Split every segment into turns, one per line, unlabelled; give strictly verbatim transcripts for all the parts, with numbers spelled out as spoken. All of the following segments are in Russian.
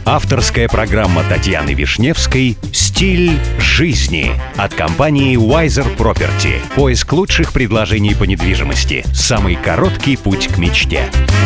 Авторская программа Татьяны Вишневской «Стиль жизни» от компании Wiser Property. Поиск лучших предложений по недвижимости. Самый короткий путь к мечте.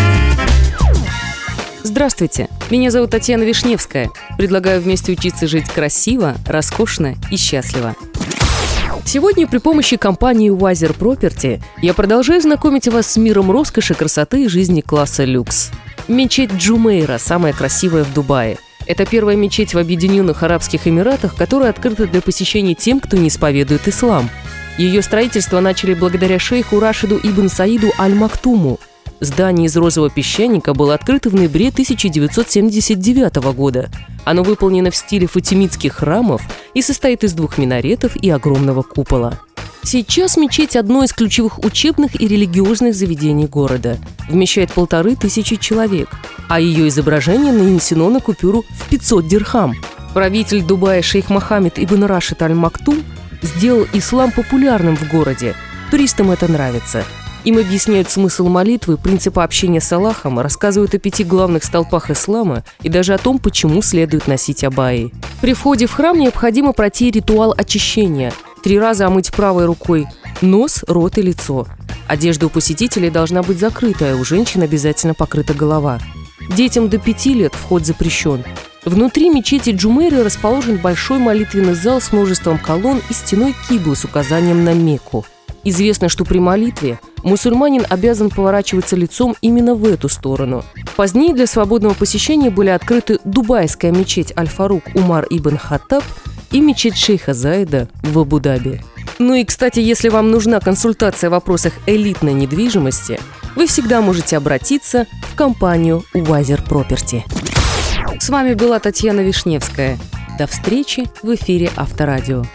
Здравствуйте, меня зовут Татьяна Вишневская. Предлагаю вместе учиться жить красиво, роскошно и счастливо. Сегодня при помощи компании Wiser Property я продолжаю знакомить вас с миром роскоши, красоты и жизни класса люкс. Мечеть Джумейра, самая красивая в Дубае. Это первая мечеть в Объединенных Арабских Эмиратах, которая открыта для посещения тем, кто не исповедует ислам. Ее строительство начали благодаря шейху Рашиду ибн Саиду Аль-Мактуму. Здание из розового песчаника было открыто в ноябре тысяча девятьсот семьдесят девятого года. Оно выполнено в стиле фатимидских храмов и состоит из двух минаретов и огромного купола. Сейчас мечеть – одно из ключевых учебных и религиозных заведений города. Вмещает полторы тысячи человек, а ее изображение нанесено на купюру в пятьсот дирхам. Правитель Дубая шейх Мохаммед ибн Рашид Аль-Мактум сделал ислам популярным в городе. Туристам это нравится. Им объясняют смысл молитвы, принципы общения с Аллахом, рассказывают о пяти главных столпах ислама и даже о том, почему следует носить абайи. При входе в храм необходимо пройти ритуал очищения. Три раза омыть правой рукой нос, рот и лицо. Одежда у посетителей должна быть закрытая, у женщин обязательно покрыта голова. Детям до пяти лет вход запрещен. Внутри мечети Джумейры расположен большой молитвенный зал с множеством колонн и стеной киблы с указанием на Мекку. Известно, что при молитве мусульманин обязан поворачиваться лицом именно в эту сторону. Позднее для свободного посещения были открыты дубайская мечеть Аль-Фарук Умар ибн Хаттаб и мечеть шейха Заида в Абу-Даби. Ну и, кстати, если вам нужна консультация в вопросах элитной недвижимости, вы всегда можете обратиться в компанию Wiser Property. С вами была Татьяна Вишневская. До встречи в эфире Авторадио.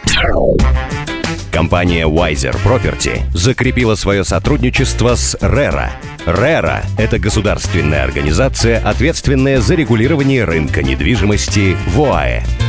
Компания Wiser Property закрепила свое сотрудничество с рера. рера – это государственная организация, ответственная за регулирование рынка недвижимости в ОАЭ.